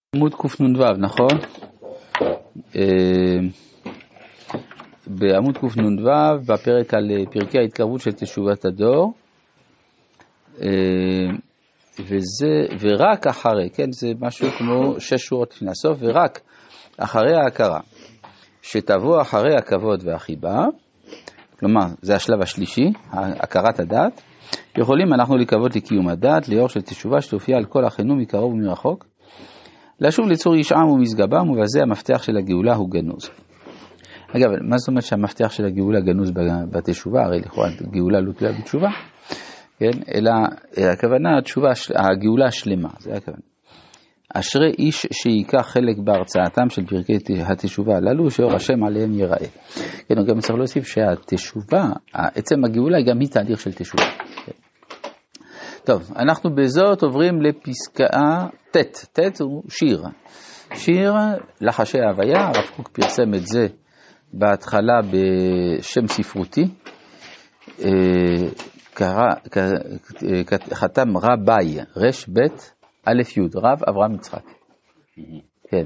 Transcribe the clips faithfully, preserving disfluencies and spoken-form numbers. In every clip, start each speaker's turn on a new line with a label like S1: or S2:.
S1: עמוד קנ"ו, נכון? בעמוד קנ"ו, בפרק על פרקי ההתקרבות של תשובת הדור, וזה, ורק אחרי, כן, זה משהו כמו שש שורות לפני הסוף, ורק אחרי ההכרה, שתבוא אחרי הכבוד והחיבה, כלומר, זה השלב השלישי, הכרת הדת, יכולים אנחנו לקוות לקיום הדת, ליאור של תשובה שתופיע על כל אחינו מקרוב ומרחוק, לשוב ליצור ישעם ומשגבם, ובזה המפתח של הגאולה הוא גנוז. אגב, מה זאת אומרת שהמפתח של הגאולה גנוז בתשובה? הרי לכאורה הגאולה לא תלויה בתשובה, כן? אלא הכוונה, התשובה, הגאולה השלמה, זה הכוונה. אשרי איש שיקח חלק בהרצאתם של פרקי התשובה הללו, שאור השם עליהם ייראה. כן, גם צריך להוסיף שהתשובה, עצם הגאולה גם היא תהליך של תשובה. כן. טוב, אנחנו בזאת עוברים לפסקה ט', ט' הוא שיר. שיר לחשי ההוויה, הרב קוק פרסם את זה בהתחלה בשם ספרותי, חתם רבי, רש בית, א' י', רב אברהם יצחק. כן.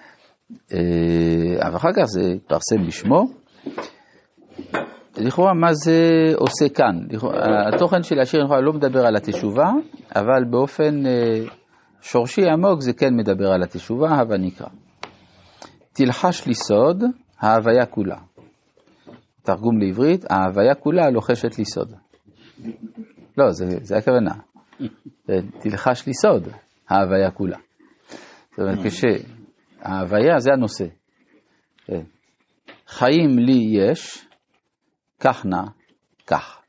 S1: אבל אחר כך זה פרסם בשמו. לכאורה מה זה עושה כאן? התוכן של השיר לכאורה לא מדבר על התשובה, אבל באופן שורשי עמוק זה כן מדבר על התשובה, הווה נקרא. תלחש לי סוד, ההוויה כולה. תרגום לעברית, ההוויה כולה לוחשת לי סוד. לא, זה, זה הכוונה. תלחש לי סוד, ההוויה כולה. זאת אומרת, כשההוויה זה הנושא. חיים לי יש, כך נע, כך.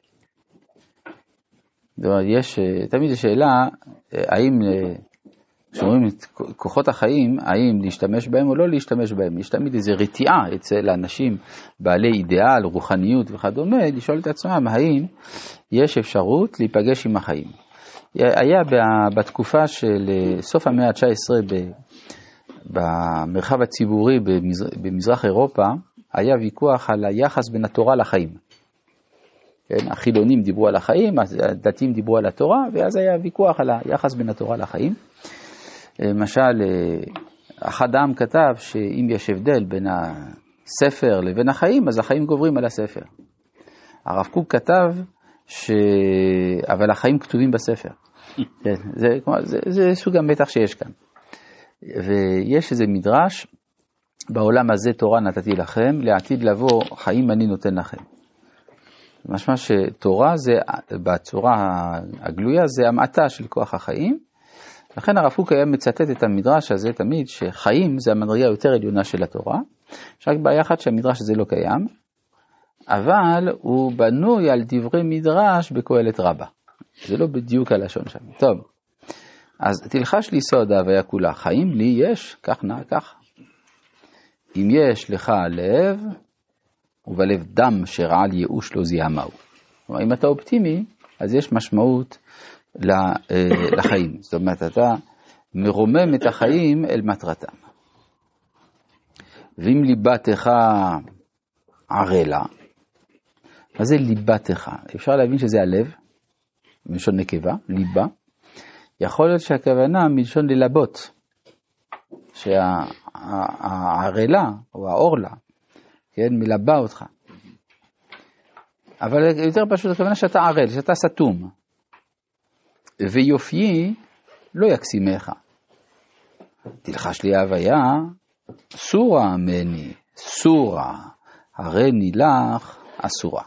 S1: זאת אומרת, יש, תמיד השאלה, האם, כשאומרים את כוחות החיים, האם להשתמש בהם או לא להשתמש בהם. יש תמיד איזו רתיעה אצל האנשים בעלי אידיאל, רוחניות וכדומה, לשאול את עצמם, האם יש אפשרות להיפגש עם החיים. היה בתקופה של סוף המאה ה-תשע עשרה במרחב הציבורי במזרח אירופה, היה ויכוח על היחס בין התורה לחיים. כן, החילונים דיברו על החיים, הדתיים דיברו על התורה, ואז היה ויכוח על היחס בין התורה לחיים. למשל, אחד העם כתב שאם יש הבדל בין הספר לבין החיים, אז החיים גוברים על הספר. הרב קוק כתב ש... אבל החיים כתובים בספר. כן, זה, זה, זה סוג המתח שיש כאן. ויש איזה מדרש, בעולם הזה תורה נתתי לכם, לעתיד לבוא חיים אני נותן לכם. משמע שתורה זה, בצורה הגלויה, זה המעטה של כוח החיים. לכן הרב קוק היה מצטט את המדרש הזה תמיד, שחיים זה המדרגה יותר עליונה של התורה. יש רק בעיה אחת שהמדרש הזה לא קיים, אבל הוא בנוי על דברי מדרש בקהלת רבה. זה לא בדיוק הלשון שם. טוב, אז תלחש לי סוד ההוויה כולה, חיים לי יש, כך נע, כך. אם יש לך לב, ובלב דם שרעל ייאוש לא זיהמהו. כלומר, אם אתה אופטימי, אז יש משמעות לחיים. זאת אומרת, אתה מרומם את החיים אל מטרתם. ואם ליבתך ערלה, מה זה ליבתך? אפשר להבין שזה הלב, מלשון נקבה, ליבה. יכול להיות שהכוונה מלשון ללבות, שהערלה או האורלה, כן, מלבה אותך. אבל יותר פשוט הכוונה שאתה ערל, שאתה סתום. ויופיי לא יקסימך. תלחש לי ההוויה, סורה מני, סורה, הריני לך, אסורה.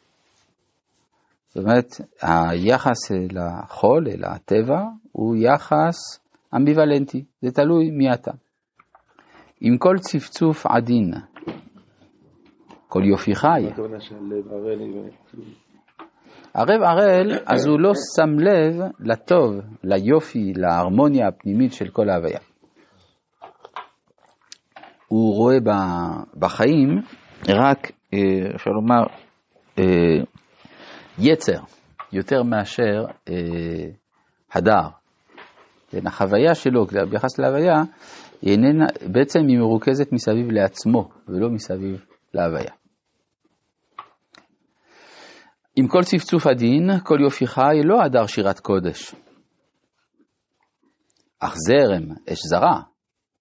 S1: זאת אומרת, היחס אל החול, אל הטבע, הוא יחס אמביוולנטי. זה תלוי מי אתה. עם כל צפצוף עדין, כל יופי חי. מה הכוונה שהלב ערל? הרב ערל, אז הוא לא שם לב לטוב, ליופי, להרמוניה הפנימית של כל ההוויה. הוא רואה בחיים רק, אפשר לומר, יצר, יותר מאשר הדר. החוויה שלו, ביחס להוויה, איננה, בעצם היא מרוכזת מסביב לעצמו, ולא מסביב להוויה. עם כל צפצוף הדין, כל יופי חי, לא הדר שירת קודש. אך זרם, אש זרה,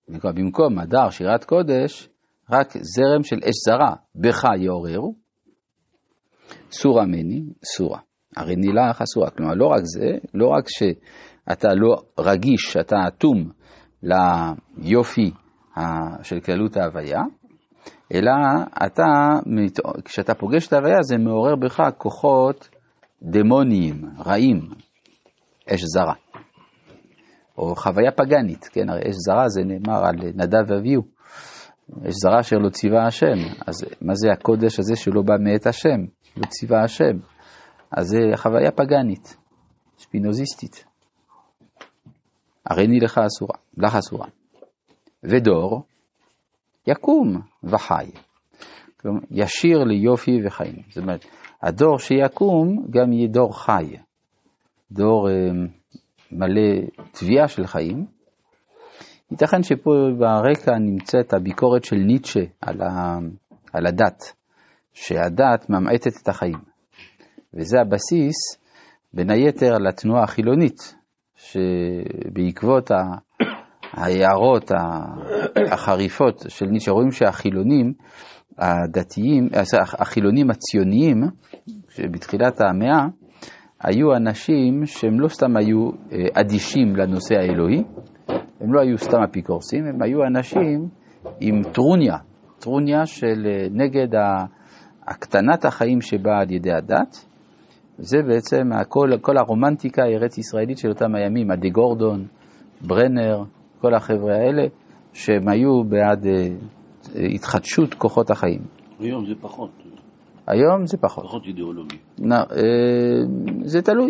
S1: במקום הדר שירת קודש, רק זרם של אש זרה, בך יעוררו, סורה מני, סורה. הריני לך אסורה. כלומר, לא רק זה, לא רק שאתה לא רגיש, אתה אטום ליופי של כללות ההוויה, אלא אתה, כשאתה פוגש את ההוויה, זה מעורר בך כוחות דמוניים, רעים, אש זרה. או חוויה פגנית, כן, הרי אש זרה זה נאמר על נדב ואביהו, אש זרה אשר לא ציווה השם, אז מה זה הקודש הזה שלא בא מאת השם, לא ציווה השם, אז זה חוויה פגנית, שפינוזיסטית, הריני לך אסורה, לך אסורה, ודור יקום וחי, כלומר ישיר ליופי וחיים, זאת אומרת, הדור שיקום גם יהיה דור חי, דור מלא תביעה של חיים. ייתכן שפה ברקע נמצאת הביקורת של ניטשה על, ה, על הדת, שהדת ממעטת את החיים. וזה הבסיס בין היתר לתנועה החילונית, שבעקבות ההערות החריפות של ניטשה, רואים שהחילונים הדתיים, החילונים הציוניים, שבתחילת המאה, היו אנשים שהם לא סתם היו אדישים לנושא האלוהי, הם לא היו סתם אפיקורסים, הם היו אנשים עם טרוניה, טרוניה של נגד הקטנת החיים שבאה על ידי הדת, זה בעצם כל, כל הרומנטיקה הארץ ישראלית של אותם הימים, עדי גורדון, ברנר, כל החבר'ה האלה, שהם היו בעד התחדשות כוחות החיים.
S2: היום זה פחות.
S1: היום זה פחות.
S2: פחות אידיאולוגי.
S1: נא, אה, זה תלוי.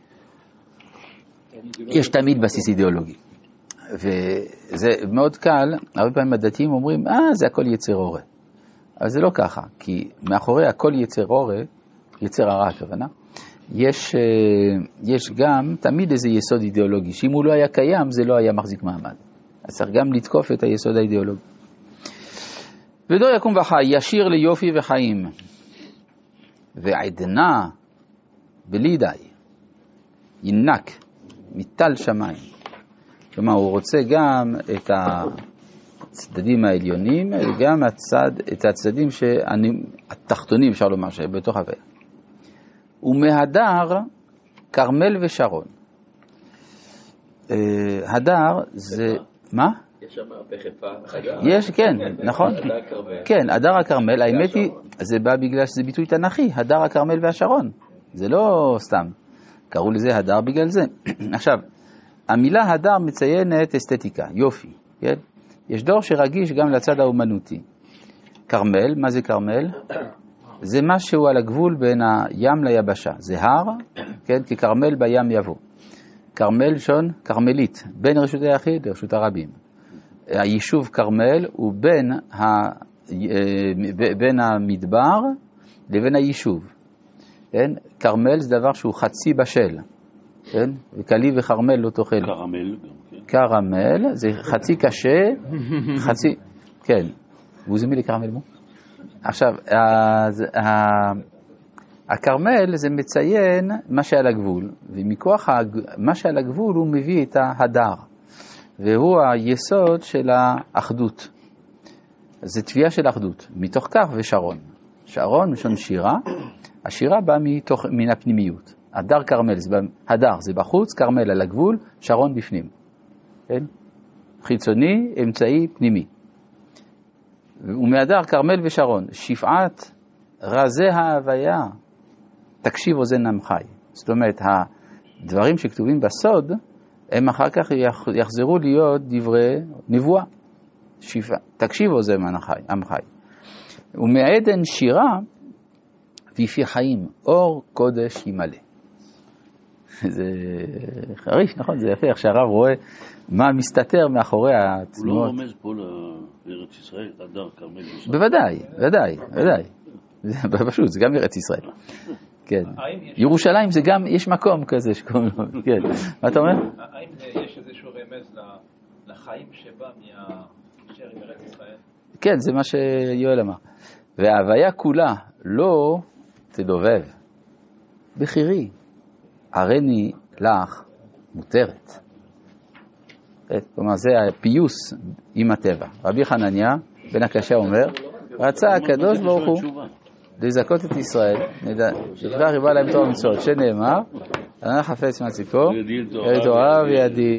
S1: יש תמיד בסיס אידיאולוגי. וזה מאוד קל, הרבה פעמים הדתיים אומרים, אה, זה הכל יצר אורה. אבל זה לא ככה, כי מאחורי הכל יצר אורה, יצר הרע הכוונה, יש, יש גם תמיד איזה יסוד אידיאולוגי, שאם הוא לא היה קיים, זה לא היה מחזיק מעמד. אז צריך גם לתקוף את היסוד האידיאולוגי. ודור יקום וחי, ישיר ליופי וחיים. ועדנה בלי די, ינק, מטל שמיים. כלומר, הוא רוצה גם את הצדדים העליונים, וגם הצד, את הצדדים שאני, התחתונים, אפשר לומר, שבתוך הוויה. ומהדר, קרמל ושרון. הדר זה, מה?
S3: יש שם בחיפה, הדר.
S1: יש, כן, נכון.
S3: הדר קרמל.
S1: כן, הדר הקרמל, האמת היא, זה בא בגלל שזה ביטוי תנכי, הדר הקרמל והשרון. זה לא סתם. קראו לזה הדר בגלל זה. עכשיו, המילה הדר מציינת אסתטיקה, יופי, כן? יש דור שרגיש גם לצד האומנותי. קרמל, מה זה קרמל? זה משהו על הגבול בין הים ליבשה. זה הר, כן? כי קרמל בים יבוא. קרמל שון, קרמלית, בין רשות היחיד לרשות הרבים. היישוב קרמל הוא בין, ה... בין המדבר לבין היישוב. כן? קרמל זה דבר שהוא חצי בשל. כן? וקלי וחרמל לא תאכל.
S2: קרמל גם, כן.
S1: קרמל זה חצי קשה, חצי, כן. וזה מילי קרמל מו? עכשיו, אז, הקרמל זה מציין מה שעל הגבול, ומכוח מה שעל הגבול הוא מביא את ההדר, והוא היסוד של האחדות. זה תביעה של אחדות, מתוך כך ושרון. שרון משון שירה, השירה באה מתוך, מן הפנימיות. הדר קרמל, זה, הדר זה בחוץ, קרמל על הגבול, שרון בפנים. כן? חיצוני, אמצעי, פנימי. ומהדר קרמל ושרון, שפעת רזי ההוויה, תקשיב אוזן עמחי. זאת אומרת, הדברים שכתובים בסוד, הם אחר כך יחזרו להיות דברי נבואה. שפע, תקשיב אוזן עמחי. ומעדן שירה, ויפי חיים, אור קודש ימלא. זה חריש, נכון? זה יפה, איך שהרב רואה מה מסתתר מאחורי העצמות.
S2: הוא לא רומז פה לארץ ישראל, הדר כרמל.
S1: בוודאי, ודאי, ודאי. זה פשוט, זה גם ארץ ישראל. כן. ירושלים זה גם, יש מקום כזה שקוראים לו, כן. מה אתה אומר?
S3: האם יש איזשהו רמז לחיים שבא מהשאר עם ארץ ישראל?
S1: כן, זה מה שיואל אמר. וההוויה כולה לא תדובב. בחירי, הריני לך מותרת. כלומר זה הפיוס עם הטבע. רבי חנניה בן הקשה אומר, רצה הקדוש ברוך הוא לזכות את ישראל, דבר ריבה להם תורה ומצוות, שנאמר, אנא חפץ מהציפור, ידי תורה וידי